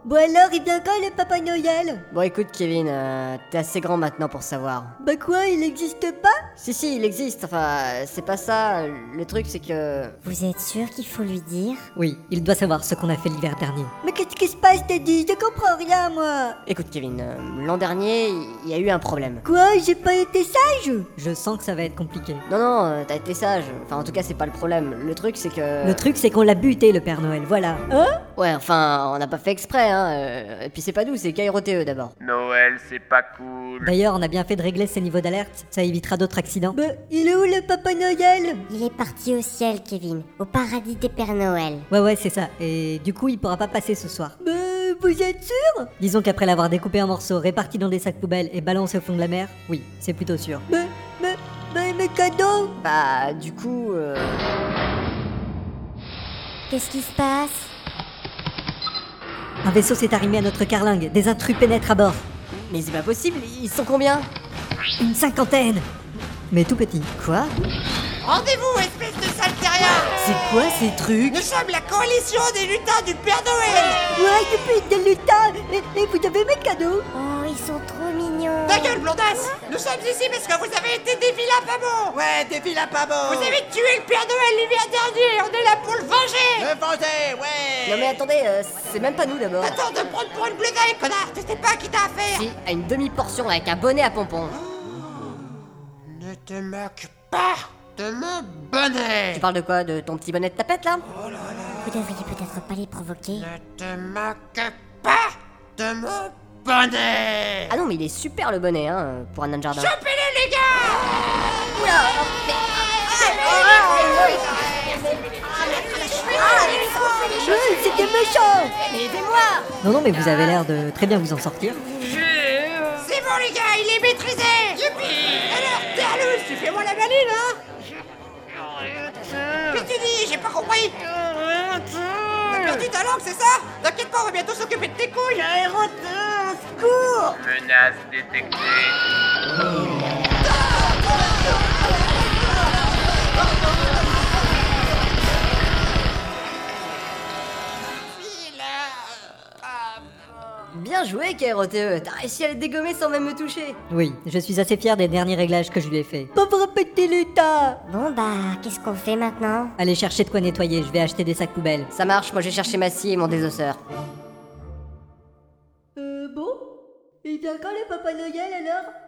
Bon alors, il vient quand le Papa Noël? Bon écoute Kevin, t'es assez grand maintenant pour savoir. Bah quoi, il existe pas? Si, il existe, enfin, c'est pas ça, le truc c'est que... Vous êtes sûr qu'il faut lui dire? Oui, il doit savoir ce qu'on a fait l'hiver dernier. Mais qu'est-ce qui se passe, Teddy? Je comprends rien, moi. Écoute Kevin, l'an dernier, il y a eu un problème. Quoi? J'ai pas été sage? Je sens que ça va être compliqué. Non, t'as été sage, enfin en tout cas c'est pas le problème. Le truc c'est que... Le truc c'est qu'on l'a buté le Père Noël, voilà. Hein? Ouais, enfin, on n'a pas fait exprès, hein. Et puis c'est pas nous, c'est KROTE d'abord. Noël, c'est pas cool. D'ailleurs, on a bien fait de régler ces niveaux d'alerte, ça évitera d'autres accidents. Bah, il est où le Papa Noël? Il est parti au ciel, Kevin, au paradis des Pères Noël. Ouais, c'est ça. Et du coup, il pourra pas passer ce soir. Bah, vous êtes sûr? Disons qu'après l'avoir découpé en morceaux, réparti dans des sacs poubelles et balancé au fond de la mer, oui, c'est plutôt sûr. Mais mes cadeaux? Bah, du coup... Qu'est-ce qui se passe? Un vaisseau s'est arrimé à notre carlingue, des intrus pénètrent à bord. Mais c'est pas possible, ils sont combien? Une cinquantaine. Mais tout petit. Quoi? Rendez-vous, espèce de sale terrien! C'est quoi ces trucs? Nous sommes la coalition des lutins du Père Noël! Ouais, depuis des lutins. Et vous avez mes cadeaux? Oh, ils sont trop mignons. Ta gueule, blondasse! Nous sommes ici parce que vous avez été des vilains pas bons! Ouais, des vilains pas bons! Vous avez tué le Père Noël l'hiver dernier! On est là pour le venger! Le venger, ouais! Non mais attendez, c'est même pas nous d'abord. Attends de me prendre pour une bleudaille, connard! Tu sais pas qui t'a affaire! Si, à une demi-portion avec un bonnet à pompons. Ne te moque pas de mon bonnet! Tu parles de quoi? De ton petit bonnet de tapette là? Vous devriez peut-être pas les provoquer. Ne te moque pas de mon bonnet! Ah non mais il est super le bonnet hein, pour un nain de jardin. Chopez-les, les gars! C'était méchant. Non, mais vous avez l'air de très bien vous en sortir. C'est bon, les gars, il est maîtrisé! Youpi! Alors, Terlus, tu fais moi la maline, hein? Qu'est-ce que tu dis? J'ai pas compris! T'as perdu ta langue, c'est ça? T'inquiète pas, on va bientôt s'occuper de tes couilles! Menace détectée. Bien joué KROTE, t'as réussi à les dégommer sans même me toucher. Oui, je suis assez fier des derniers réglages que je lui ai faits. Pauvre petit lutin. Bon bah, qu'est-ce qu'on fait maintenant? Allez chercher de quoi nettoyer, je vais acheter des sacs poubelles. Ça marche, moi j'ai cherché ma scie et mon désosseur. Bon? Il vient quand le Papa Noël alors?